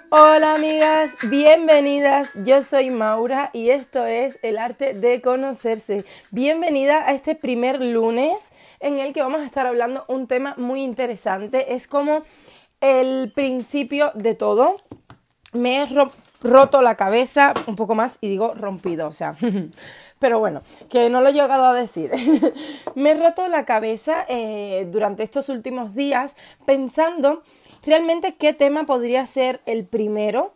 Hola amigas, bienvenidas, yo soy Maura y esto es El Arte de Conocerse. Bienvenida a este primer lunes en el que vamos a estar hablando un tema muy interesante. Es como el principio de todo. Me he roto la cabeza un poco más y digo rompido, o sea, pero bueno, que no lo he llegado a decir. Me he roto la cabeza durante estos últimos días pensando realmente qué tema podría ser el primero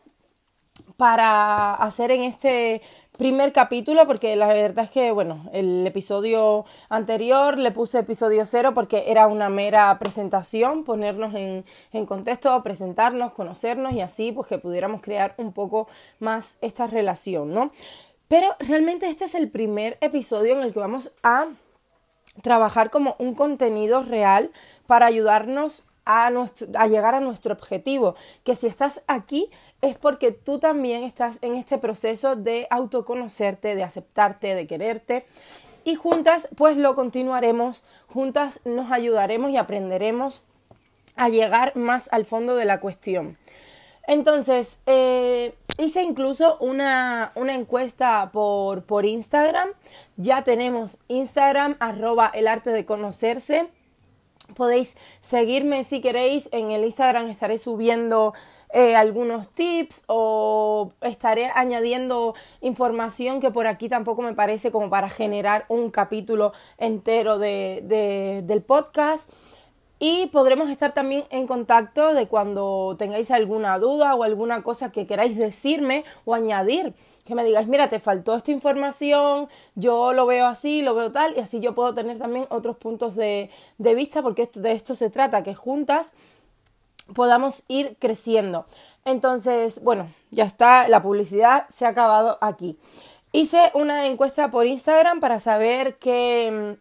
para hacer en este primer capítulo, porque la verdad es que, bueno, el episodio anterior le puse episodio 0 porque era una mera presentación, ponernos en contexto, presentarnos, conocernos y así pues que pudiéramos crear un poco más esta relación, ¿no? Pero realmente este es el primer episodio en el que vamos a trabajar como un contenido real para ayudarnos a llegar a nuestro objetivo, que si estás aquí es porque tú también estás en este proceso de autoconocerte, de aceptarte, de quererte y juntas pues lo continuaremos, juntas nos ayudaremos y aprenderemos a llegar más al fondo de la cuestión. Entonces, hice incluso una encuesta por Instagram. Ya tenemos Instagram, @elartedeconocerse. Podéis seguirme si queréis. En el Instagram estaré subiendo algunos tips o estaré añadiendo información que por aquí tampoco me parece como para generar un capítulo entero del podcast. Y podremos estar también en contacto de cuando tengáis alguna duda o alguna cosa que queráis decirme o añadir. Que me digáis, mira, te faltó esta información, yo lo veo así, lo veo tal, y así yo puedo tener también otros puntos de vista, porque de esto se trata, que juntas podamos ir creciendo. Entonces, bueno, ya está, la publicidad se ha acabado aquí. Hice una encuesta por Instagram para saber qué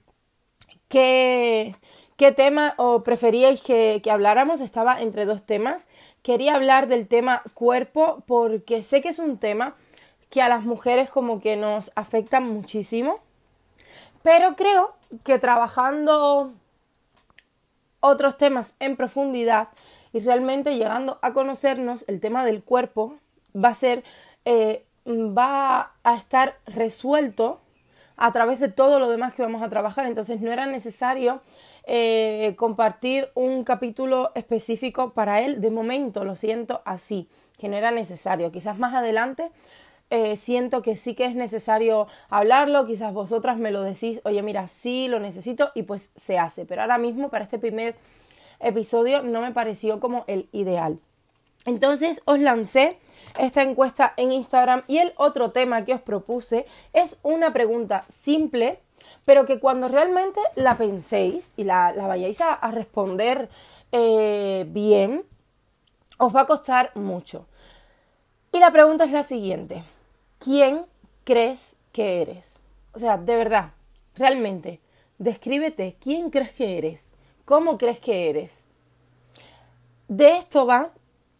tema o preferíais que habláramos. Estaba entre dos temas. Quería hablar del tema cuerpo porque sé que es un tema que a las mujeres como que nos afecta muchísimo, pero creo que trabajando otros temas en profundidad y realmente llegando a conocernos, el tema del cuerpo va a estar resuelto a través de todo lo demás que vamos a trabajar. Entonces no era necesario compartir un capítulo específico para él. De momento lo siento así, que no era necesario. Quizás más adelante siento que sí que es necesario hablarlo. Quizás vosotras me lo decís, oye mira, sí lo necesito, y pues se hace. Pero ahora mismo para este primer episodio no me pareció como el ideal. Entonces os lancé esta encuesta en Instagram y el otro tema que os propuse es una pregunta simple, pero que cuando realmente la penséis y la vayáis a responder bien, os va a costar mucho. Y la pregunta es la siguiente: ¿quién crees que eres? O sea, de verdad, realmente, descríbete. ¿Quién crees que eres? ¿Cómo crees que eres? De esto va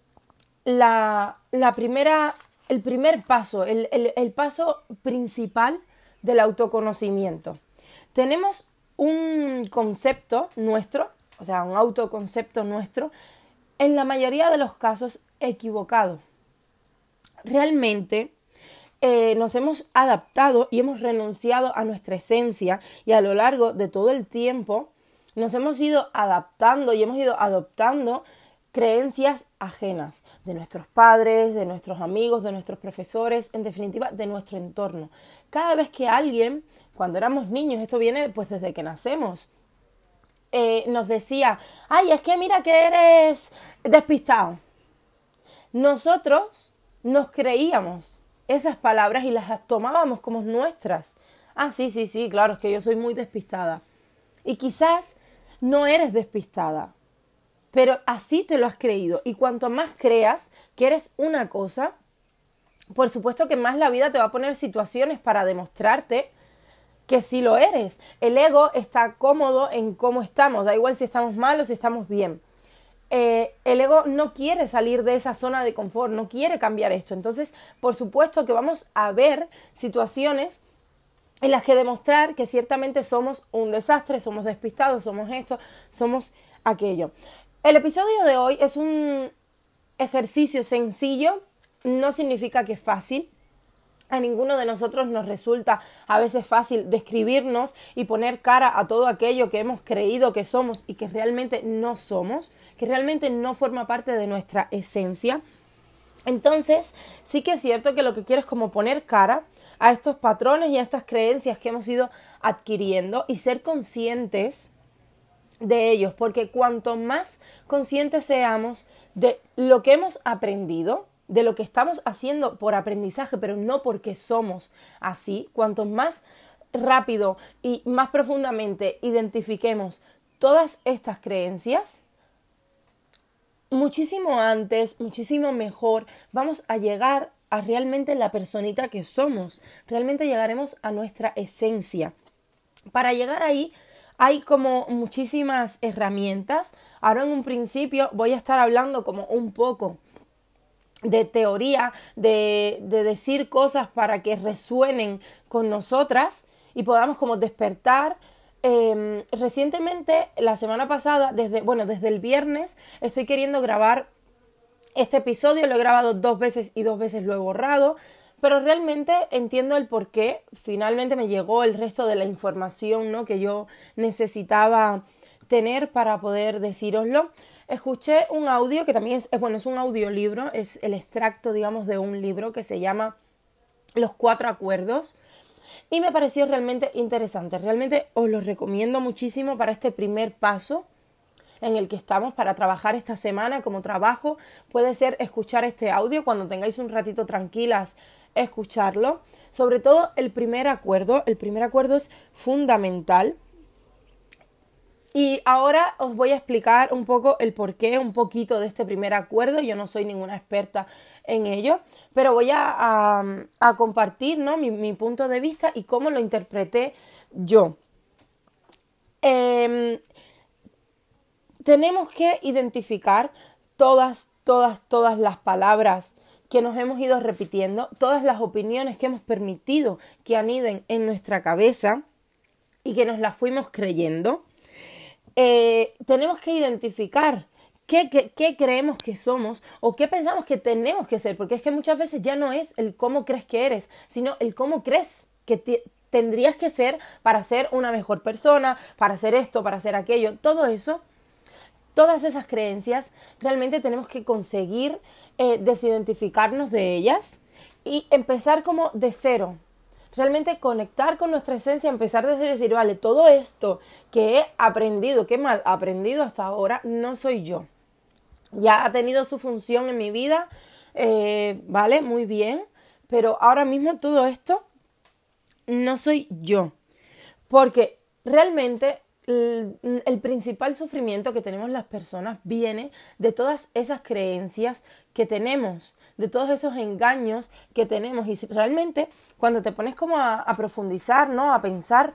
el primer paso, el paso principal del autoconocimiento. Tenemos un concepto nuestro, o sea, un autoconcepto nuestro, en la mayoría de los casos equivocado. Realmente nos hemos adaptado y hemos renunciado a nuestra esencia, y a lo largo de todo el tiempo nos hemos ido adaptando y hemos ido adoptando creencias ajenas de nuestros padres, de nuestros amigos, de nuestros profesores, en definitiva de nuestro entorno. Cada vez que alguien, cuando éramos niños, esto viene pues desde que nacemos, nos decía, ay, es que mira que eres despistado. Nosotros nos creíamos esas palabras y las tomábamos como nuestras. Ah, sí, claro, es que yo soy muy despistada. Y quizás no eres despistada, pero así te lo has creído. Y cuanto más creas que eres una cosa, por supuesto que más la vida te va a poner situaciones para demostrarte que sí lo eres. El ego está cómodo en cómo estamos, da igual si estamos mal o si estamos bien. El ego no quiere salir de esa zona de confort, no quiere cambiar esto. Entonces, por supuesto que vamos a ver situaciones en las que demostrar que ciertamente somos un desastre, somos despistados, somos esto, somos aquello. El episodio de hoy es un ejercicio sencillo no significa que es fácil. A ninguno de nosotros nos resulta a veces fácil describirnos y poner cara a todo aquello que hemos creído que somos y que realmente no somos, que realmente no forma parte de nuestra esencia. Entonces, sí que es cierto que lo que quiero es como poner cara a estos patrones y a estas creencias que hemos ido adquiriendo y ser conscientes de ellos, porque cuanto más conscientes seamos de lo que hemos aprendido, de lo que estamos haciendo por aprendizaje, pero no porque somos así, cuanto más rápido y más profundamente identifiquemos todas estas creencias, muchísimo antes, muchísimo mejor vamos a llegar a realmente la personita que somos, realmente llegaremos a nuestra esencia. Para llegar ahí hay como muchísimas herramientas. Ahora en un principio voy a estar hablando como un poco de teoría, de decir cosas para que resuenen con nosotras y podamos como despertar. Recientemente, la semana pasada, desde el viernes, estoy queriendo grabar este episodio. Lo he grabado 2 veces y 2 veces lo he borrado, pero realmente entiendo el por qué. Finalmente me llegó el resto de la información, ¿no?, que yo necesitaba tener para poder decíroslo. Escuché un audio que también es un audiolibro, es el extracto, digamos, de un libro que se llama Los 4 acuerdos y me pareció realmente interesante. Realmente os lo recomiendo muchísimo para este primer paso en el que estamos para trabajar esta semana. Como trabajo puede ser escuchar este audio cuando tengáis un ratito tranquilas, escucharlo. Sobre todo el primer acuerdo es fundamental. Y ahora os voy a explicar un poco el porqué, un poquito de este primer acuerdo. Yo no soy ninguna experta en ello, pero voy a compartir, ¿no?, mi punto de vista y cómo lo interpreté yo. Tenemos que identificar todas las palabras que nos hemos ido repitiendo, todas las opiniones que hemos permitido que aniden en nuestra cabeza y que nos las fuimos creyendo. Tenemos que identificar qué creemos que somos o qué pensamos que tenemos que ser, porque es que muchas veces ya no es el cómo crees que eres, sino el cómo crees que tendrías que ser para ser una mejor persona, para hacer esto, para hacer aquello. Todo eso, todas esas creencias, realmente tenemos que conseguir desidentificarnos de ellas y empezar como de cero. Realmente conectar con nuestra esencia, empezar desde decir, vale, todo esto que he aprendido, que he mal aprendido hasta ahora, no soy yo. Ya ha tenido su función en mi vida, vale, muy bien, pero ahora mismo todo esto no soy yo. Porque realmente el principal sufrimiento que tenemos las personas viene de todas esas creencias que tenemos, de todos esos engaños que tenemos. Y realmente cuando te pones como a profundizar, ¿no?, a pensar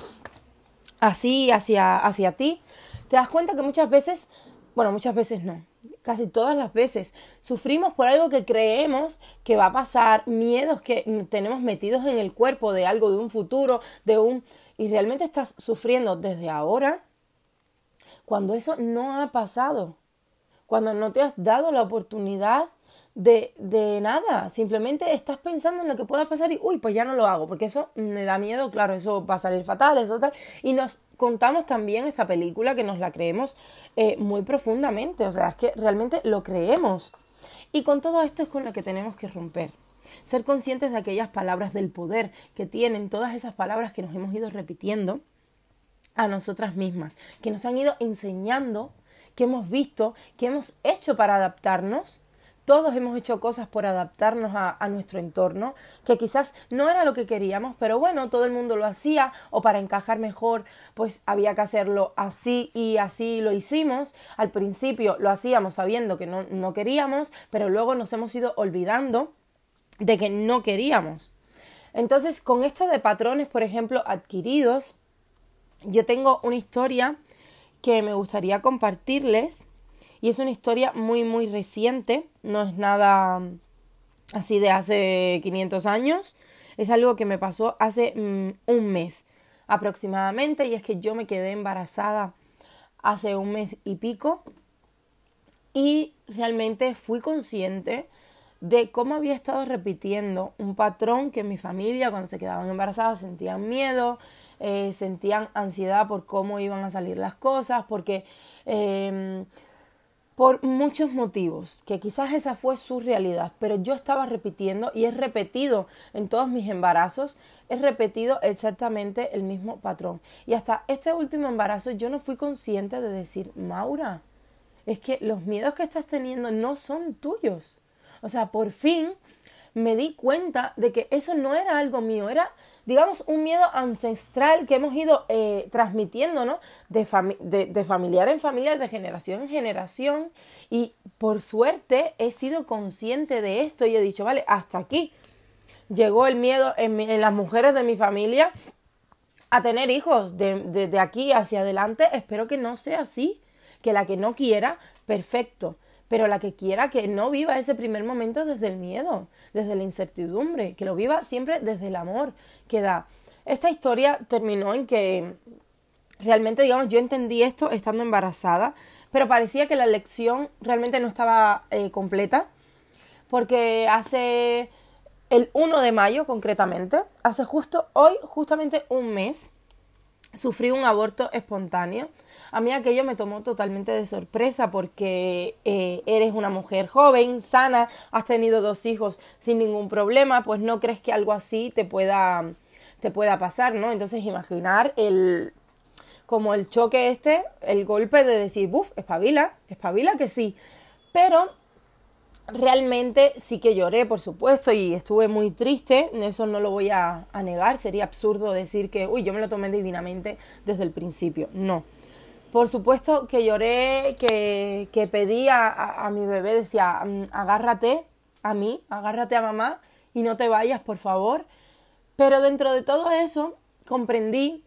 así hacia ti, te das cuenta que muchas veces no, casi todas las veces sufrimos por algo que creemos que va a pasar, miedos que tenemos metidos en el cuerpo de algo, de un futuro, y realmente estás sufriendo desde ahora cuando eso no ha pasado, cuando no te has dado la oportunidad de nada. Simplemente estás pensando en lo que pueda pasar y pues ya no lo hago porque eso me da miedo, claro, eso va a salir fatal, eso tal, y nos contamos también esta película que nos la creemos muy profundamente. O sea, es que realmente lo creemos, y con todo esto es con lo que tenemos que romper. Ser conscientes de aquellas palabras del poder que tienen, todas esas palabras que nos hemos ido repitiendo a nosotras mismas, que nos han ido enseñando, que hemos visto, que hemos hecho para adaptarnos. Todos hemos hecho cosas por adaptarnos a nuestro entorno, que quizás no era lo que queríamos, pero bueno, todo el mundo lo hacía, o para encajar mejor, pues había que hacerlo así, y así lo hicimos. Al principio lo hacíamos sabiendo que no queríamos, pero luego nos hemos ido olvidando de que no queríamos. Entonces, con esto de patrones, por ejemplo, adquiridos, yo tengo una historia que me gustaría compartirles, y es una historia muy, muy reciente, no es nada así de hace 500 años, es algo que me pasó hace un mes aproximadamente, y es que yo me quedé embarazada hace un mes y pico, y realmente fui consciente de cómo había estado repitiendo un patrón que en mi familia cuando se quedaban embarazadas sentían miedo, sentían ansiedad por cómo iban a salir las cosas, porque por muchos motivos, que quizás esa fue su realidad, pero yo estaba repitiendo y he repetido en todos mis embarazos, he repetido exactamente el mismo patrón. Y hasta este último embarazo yo no fui consciente de decir, Maura, es que los miedos que estás teniendo no son tuyos. O sea, por fin me di cuenta de que eso no era algo mío, era, digamos, un miedo ancestral que hemos ido transmitiendo, ¿no? De familiar en familiar, de generación en generación. Y por suerte he sido consciente de esto y he dicho, vale, hasta aquí llegó el miedo en las mujeres de mi familia a tener hijos. De aquí hacia adelante espero que no sea así, que la que no quiera, perfecto. Pero la que quiera que no viva ese primer momento desde el miedo, desde la incertidumbre, que lo viva siempre desde el amor que da. Esta historia terminó en que realmente, digamos, yo entendí esto estando embarazada, pero parecía que la lección realmente no estaba completa, porque hace el 1 de mayo concretamente, hace justamente un mes, sufrí un aborto espontáneo. A mí aquello me tomó totalmente de sorpresa porque eres una mujer joven, sana, has tenido 2 hijos sin ningún problema, pues no crees que algo así te pueda pasar, ¿no? Entonces imaginar como el choque el golpe de decir, buf, espabila que sí. Pero realmente sí que lloré, por supuesto, y estuve muy triste, eso no lo voy a negar, sería absurdo decir que, yo me lo tomé divinamente desde el principio, no. Por supuesto que lloré, que pedí a mi bebé, decía, agárrate a mí, agárrate a mamá y no te vayas, por favor. Pero dentro de todo eso comprendí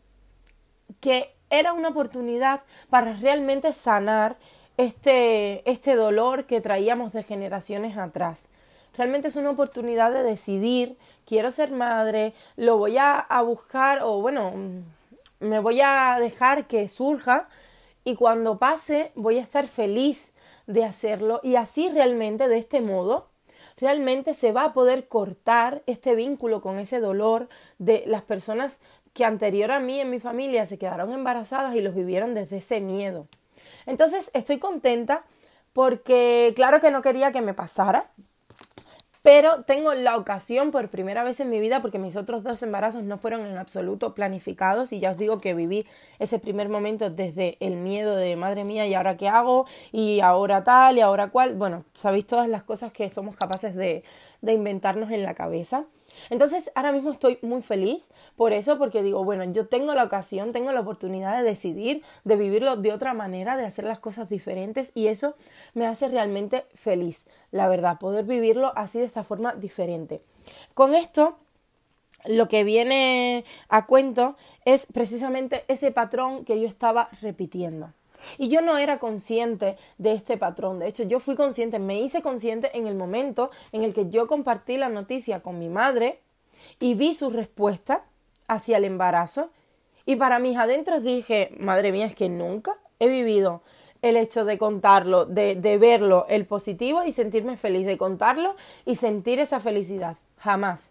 que era una oportunidad para realmente sanar este dolor que traíamos de generaciones atrás. Realmente es una oportunidad de decidir, quiero ser madre, lo voy a buscar o bueno, me voy a dejar que surja y cuando pase voy a estar feliz de hacerlo y así realmente de este modo realmente se va a poder cortar este vínculo con ese dolor de las personas que anterior a mí en mi familia se quedaron embarazadas y los vivieron desde ese miedo. Entonces estoy contenta porque claro que no quería que me pasara, pero tengo la ocasión por primera vez en mi vida, porque mis otros 2 embarazos no fueron en absoluto planificados y ya os digo que viví ese primer momento desde el miedo de madre mía, ¿y ahora qué hago? Y ahora tal, y ahora cual. Bueno, sabéis todas las cosas que somos capaces de inventarnos en la cabeza. Entonces ahora mismo estoy muy feliz por eso, porque digo, bueno, yo tengo la ocasión, tengo la oportunidad de decidir, de vivirlo de otra manera, de hacer las cosas diferentes y eso me hace realmente feliz, la verdad, poder vivirlo así de esta forma diferente. Con esto, lo que viene a cuento es precisamente ese patrón que yo estaba repitiendo. Y yo no era consciente de este patrón. De hecho, yo fui consciente, me hice consciente en el momento en el que yo compartí la noticia con mi madre y vi su respuesta hacia el embarazo. Y para mis adentros dije, madre mía, es que nunca he vivido el hecho de contarlo, de verlo, el positivo y sentirme feliz, de contarlo y sentir esa felicidad. Jamás.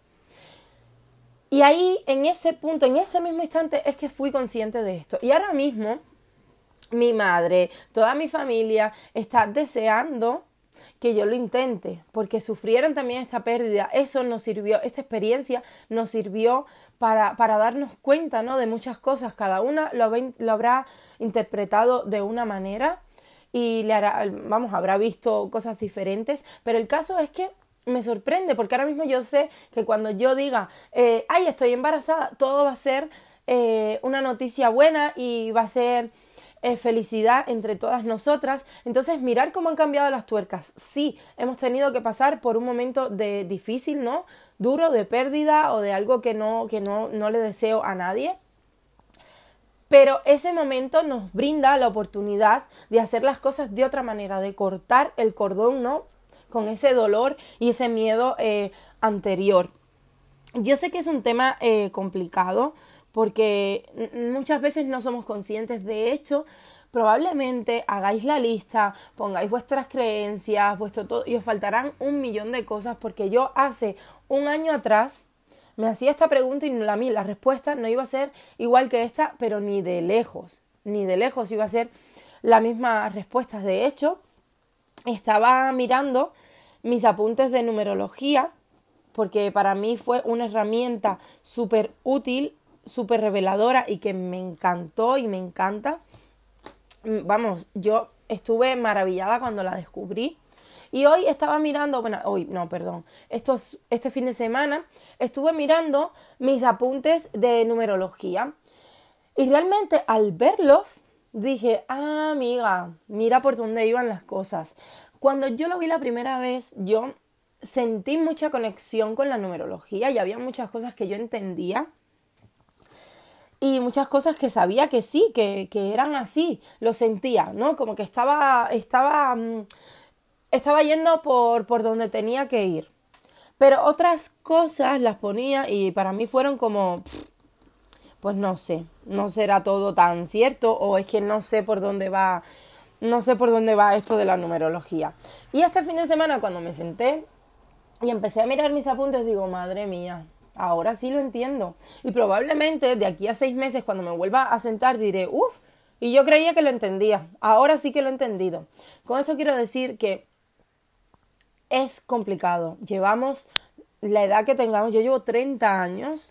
Y ahí, en ese punto, en ese mismo instante, es que fui consciente de esto. Y ahora mismo mi madre, toda mi familia está deseando que yo lo intente, porque sufrieron también esta pérdida. Eso nos sirvió, esta experiencia nos sirvió para darnos cuenta, ¿no?, de muchas cosas. Cada una lo habrá interpretado de una manera y habrá visto cosas diferentes, pero el caso es que me sorprende, porque ahora mismo yo sé que cuando yo diga, estoy embarazada, todo va a ser una noticia buena y va a ser felicidad entre todas nosotras. Entonces mirar cómo han cambiado las tuercas. Sí, hemos tenido que pasar por un momento difícil, ¿no?, duro, de pérdida o de algo que no le deseo a nadie, pero ese momento nos brinda la oportunidad de hacer las cosas de otra manera, de cortar el cordón, ¿no?, con ese dolor y ese miedo anterior. Yo sé que es un tema complicado, porque muchas veces no somos conscientes. De hecho, probablemente hagáis la lista, pongáis vuestras creencias, vuestro todo, y os faltarán 1.000.000 de cosas, porque yo hace un año atrás me hacía esta pregunta y la respuesta no iba a ser igual que esta, pero ni de lejos iba a ser la misma respuesta. De hecho, estaba mirando mis apuntes de numerología, porque para mí fue una herramienta súper útil, súper reveladora y que me encantó y me encanta. Vamos, yo estuve maravillada cuando la descubrí. Y hoy estaba mirando, este fin de semana estuve mirando mis apuntes de numerología. Y realmente al verlos dije, amiga, mira por dónde iban las cosas. Cuando yo lo vi la primera vez, yo sentí mucha conexión con la numerología y había muchas cosas que yo entendía. Y muchas cosas que sabía que sí, que eran así, lo sentía, ¿no? Como que estaba yendo por donde tenía que ir. Pero otras cosas las ponía y para mí fueron como, pues no sé, no será todo tan cierto, o es que no sé por dónde va esto de la numerología. Y este fin de semana cuando me senté y empecé a mirar mis apuntes, digo, madre mía, ahora sí lo entiendo. Y probablemente de aquí a 6 meses, cuando me vuelva a sentar, diré, y yo creía que lo entendía. Ahora sí que lo he entendido. Con esto quiero decir que es complicado. Llevamos la edad que tengamos. Yo llevo 30 años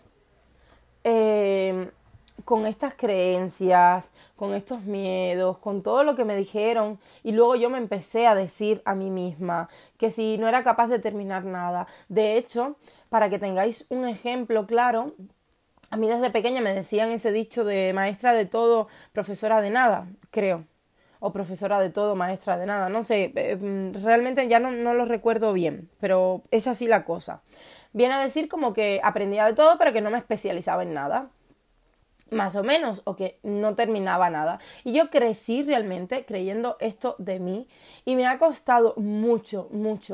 con estas creencias, con estos miedos, con todo lo que me dijeron, y luego yo me empecé a decir a mí misma que si no era capaz de terminar nada. De hecho, para que tengáis un ejemplo claro, a mí desde pequeña me decían ese dicho de maestra de todo, profesora de nada, creo, o profesora de todo, maestra de nada, no sé, realmente ya no lo recuerdo bien, pero es así la cosa. Viene a decir como que aprendía de todo pero que no me especializaba en nada, más o menos, o que no terminaba nada. Y yo crecí realmente creyendo esto de mí y me ha costado mucho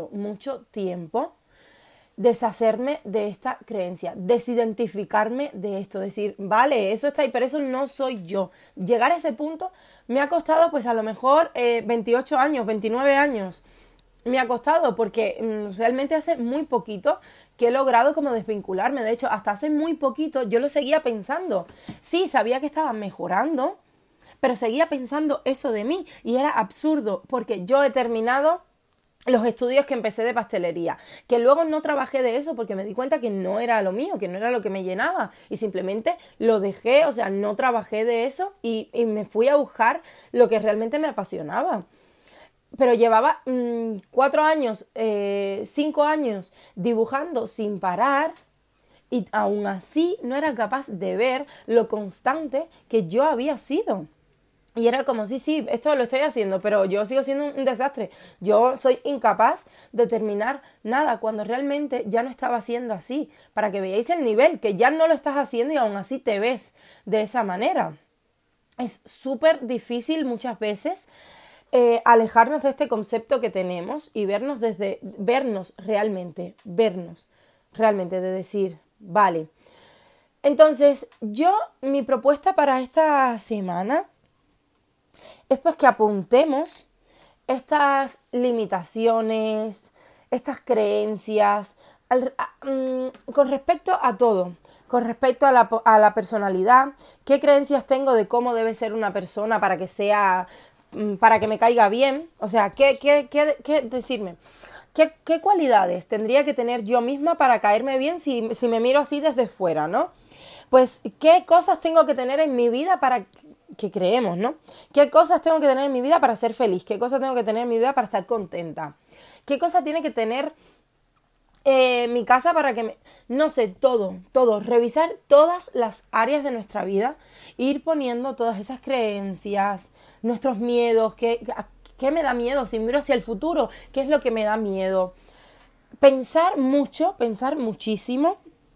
tiempo deshacerme de esta creencia, desidentificarme de esto, decir, vale, eso está ahí, pero eso no soy yo. Llegar a ese punto me ha costado pues a lo mejor 28 años, 29 años. Me ha costado porque realmente hace muy poquito que he logrado como desvincularme. De hecho, hasta hace muy poquito yo lo seguía pensando. Sí, sabía que estaba mejorando, pero seguía pensando eso de mí y era absurdo porque yo he terminado los estudios que empecé de pastelería, que luego no trabajé de eso porque me di cuenta que no era lo mío, que no era lo que me llenaba y simplemente lo dejé, o sea, no trabajé de eso y me fui a buscar lo que realmente me apasionaba. Pero llevaba 4 años, 5 años dibujando sin parar y aún así no era capaz de ver lo constante que yo había sido. Y era como, sí, esto lo estoy haciendo, pero yo sigo siendo un desastre. Yo soy incapaz de terminar nada cuando realmente ya no estaba siendo así. Para que veáis el nivel, que ya no lo estás haciendo y aún así te ves de esa manera. Es súper difícil muchas veces alejarnos de este concepto que tenemos y vernos realmente, de decir, vale. Entonces, mi propuesta para esta semana es pues que apuntemos estas limitaciones, estas creencias, con respecto a todo, con respecto a la personalidad, qué creencias tengo de cómo debe ser una persona para que me caiga bien, o sea, qué decirme, qué cualidades tendría que tener yo misma para caerme bien si me miro así desde fuera, ¿no? Pues, ¿qué cosas tengo que tener en mi vida para que creemos, ¿no? ¿Qué cosas tengo que tener en mi vida para ser feliz? ¿Qué cosas tengo que tener en mi vida para estar contenta? ¿Qué cosas tiene que tener mi casa para que no sé, todo, revisar todas las áreas de nuestra vida, ir poniendo todas esas creencias, nuestros miedos, ¿qué me da miedo? Si miro hacia el futuro, ¿qué es lo que me da miedo? Pensar muchísimo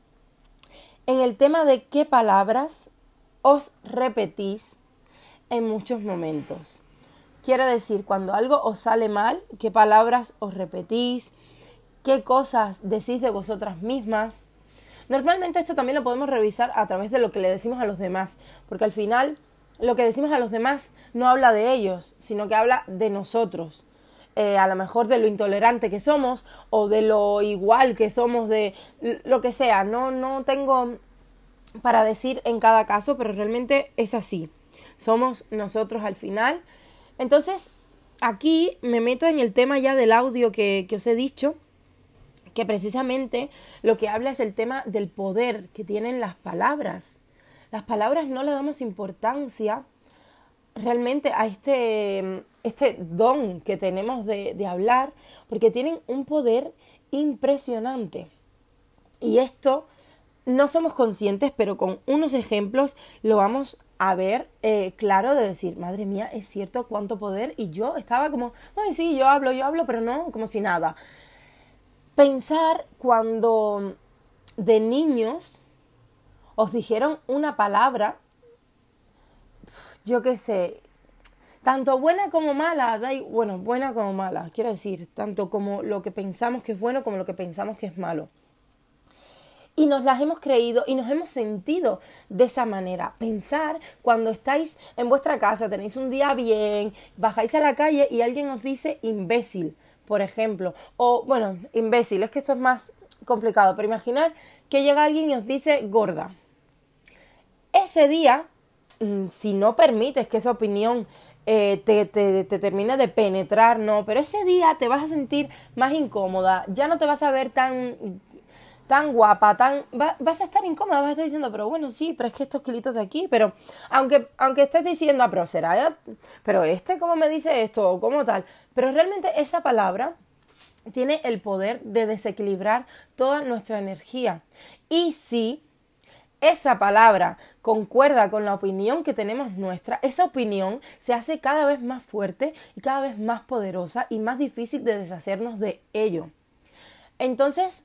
en el tema de qué palabras os repetís en muchos momentos. Quiero decir, cuando algo os sale mal, qué palabras os repetís, qué cosas decís de vosotras mismas. Normalmente esto también lo podemos revisar a través de lo que le decimos a los demás, porque al final lo que decimos a los demás no habla de ellos, sino que habla de nosotros. A lo mejor de lo intolerante que somos o de lo igual que somos, de lo que sea. No tengo para decir en cada caso, pero realmente es así. Somos nosotros al final. Entonces, aquí me meto en el tema ya del audio que os he dicho, que precisamente lo que habla es el tema del poder que tienen las palabras. Las palabras no le damos importancia realmente a este don que tenemos de hablar, porque tienen un poder impresionante. Y esto no somos conscientes, pero con unos ejemplos lo vamos a ver claro, de decir, madre mía, es cierto cuánto poder. Y yo estaba como, ay, sí, yo hablo, pero no, como si nada. Pensar cuando de niños os dijeron una palabra, yo qué sé, tanto buena como mala, bueno, buena como mala, quiero decir, tanto como lo que pensamos que es bueno como lo que pensamos que es malo. Y nos las hemos creído y nos hemos sentido de esa manera. Pensar cuando estáis en vuestra casa, tenéis un día bien, bajáis a la calle y alguien os dice imbécil, por ejemplo. O, bueno, imbécil, es que esto es más complicado, pero imaginar que llega alguien y os dice gorda. Ese día, si no permites que esa opinión te termine de penetrar, no, pero ese día te vas a sentir más incómoda, ya no te vas a ver tan guapa, vas a estar incómoda, vas a estar diciendo, pero bueno, sí, pero es que estos kilitos de aquí, pero aunque estés diciendo, pero será, pero ¿cómo me dice esto? O ¿cómo tal? Pero realmente esa palabra tiene el poder de desequilibrar toda nuestra energía. Y si esa palabra concuerda con la opinión que tenemos nuestra, esa opinión se hace cada vez más fuerte y cada vez más poderosa y más difícil de deshacernos de ello. Entonces,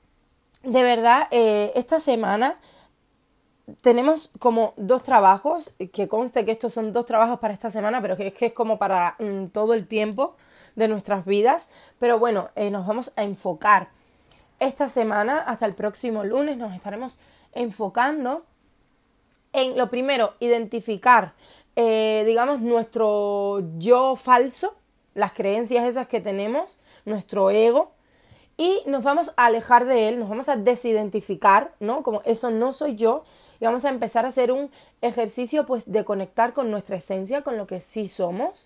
de verdad, esta semana tenemos como 2 trabajos, que conste que estos son 2 trabajos para esta semana, pero que es como para todo el tiempo de nuestras vidas. Pero bueno, nos vamos a enfocar esta semana, hasta el próximo lunes, nos estaremos enfocando en, lo primero, identificar, digamos, nuestro yo falso, las creencias esas que tenemos, nuestro ego, y nos vamos a alejar de él, nos vamos a desidentificar, ¿no? Como eso no soy yo, y vamos a empezar a hacer un ejercicio, pues, de conectar con nuestra esencia, con lo que sí somos.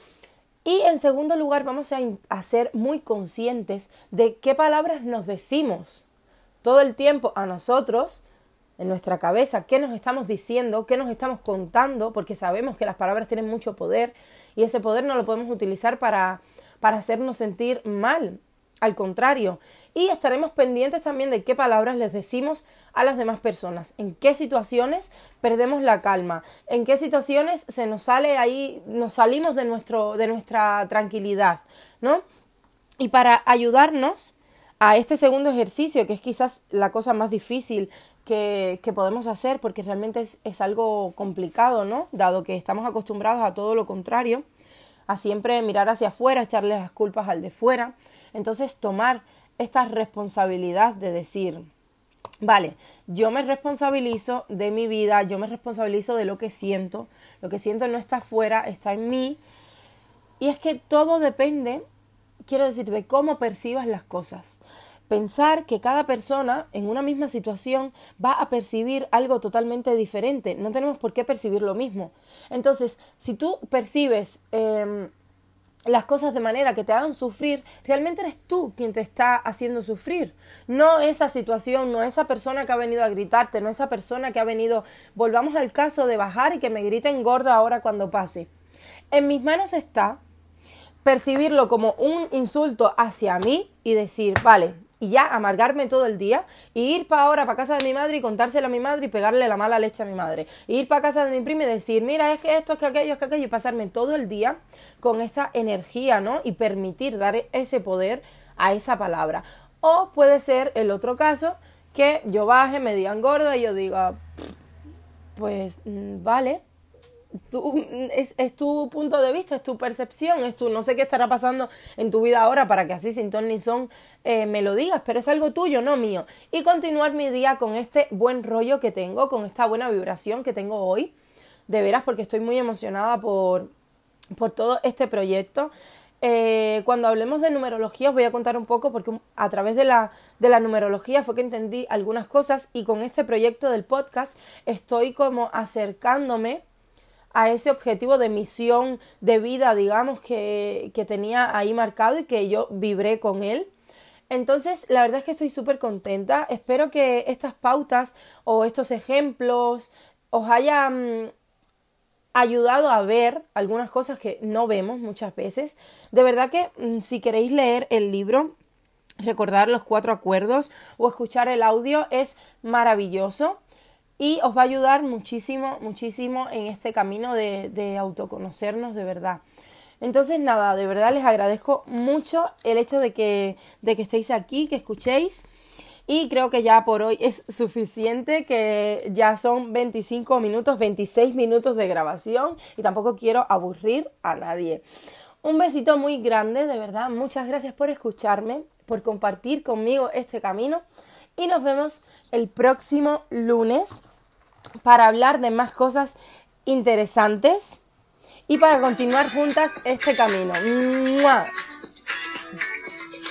Y en segundo lugar, vamos a ser muy conscientes de qué palabras nos decimos todo el tiempo a nosotros, en nuestra cabeza, qué nos estamos diciendo, qué nos estamos contando, porque sabemos que las palabras tienen mucho poder y ese poder no lo podemos utilizar para hacernos sentir mal. Al contrario, y estaremos pendientes también de qué palabras les decimos a las demás personas, en qué situaciones perdemos la calma, en qué situaciones se nos sale ahí, nos salimos de nuestra tranquilidad, ¿no? Y para ayudarnos a este segundo ejercicio, que es quizás la cosa más difícil que podemos hacer, porque realmente es algo complicado, ¿no? Dado que estamos acostumbrados a todo lo contrario, a siempre mirar hacia afuera, echarle las culpas al de fuera. Entonces, tomar esta responsabilidad de decir, vale, yo me responsabilizo de mi vida, yo me responsabilizo de lo que siento no está afuera, está en mí. Y es que todo depende, quiero decir, de cómo percibas las cosas. Pensar que cada persona en una misma situación va a percibir algo totalmente diferente. No tenemos por qué percibir lo mismo. Entonces, si tú percibes las cosas de manera que te hagan sufrir, realmente eres tú quien te está haciendo sufrir. No esa situación, no esa persona que ha venido a gritarte, no esa persona que ha venido... Volvamos al caso de bajar y que me griten gorda ahora cuando pase. En mis manos está percibirlo como un insulto hacia mí y decir, vale, y ya amargarme todo el día y ir para casa de mi madre y contárselo a mi madre y pegarle la mala leche a mi madre. Y ir para casa de mi prima y decir, mira, es que esto, es que aquello, y pasarme todo el día con esa energía, ¿no? Y permitir dar ese poder a esa palabra. O puede ser el otro caso, que yo baje, me digan gorda y yo diga, pues vale, es tu punto de vista, es tu percepción, no sé qué estará pasando en tu vida ahora para que así sin ton ni son me lo digas, pero es algo tuyo, no mío. Y continuar mi día con este buen rollo que tengo, con esta buena vibración que tengo hoy, de veras, porque estoy muy emocionada por todo este proyecto. Cuando hablemos de numerología os voy a contar un poco, porque a través de la numerología fue que entendí algunas cosas, y con este proyecto del podcast estoy como acercándome a ese objetivo de misión de vida, digamos, que tenía ahí marcado y que yo vibré con él. Entonces, la verdad es que estoy súper contenta. Espero que estas pautas o estos ejemplos os hayan ayudado a ver algunas cosas que no vemos muchas veces. De verdad que si queréis leer el libro, recordar los 4 acuerdos o escuchar el audio, es maravilloso y os va a ayudar muchísimo, muchísimo en este camino de autoconocernos de verdad. Entonces nada, de verdad les agradezco mucho el hecho de que estéis aquí, que escuchéis. Y creo que ya por hoy es suficiente, que ya son 25 minutos, 26 minutos de grabación y tampoco quiero aburrir a nadie. Un besito muy grande, de verdad. Muchas gracias por escucharme, por compartir conmigo este camino. Y nos vemos el próximo lunes para hablar de más cosas interesantes y para continuar juntas este camino. ¡Mua!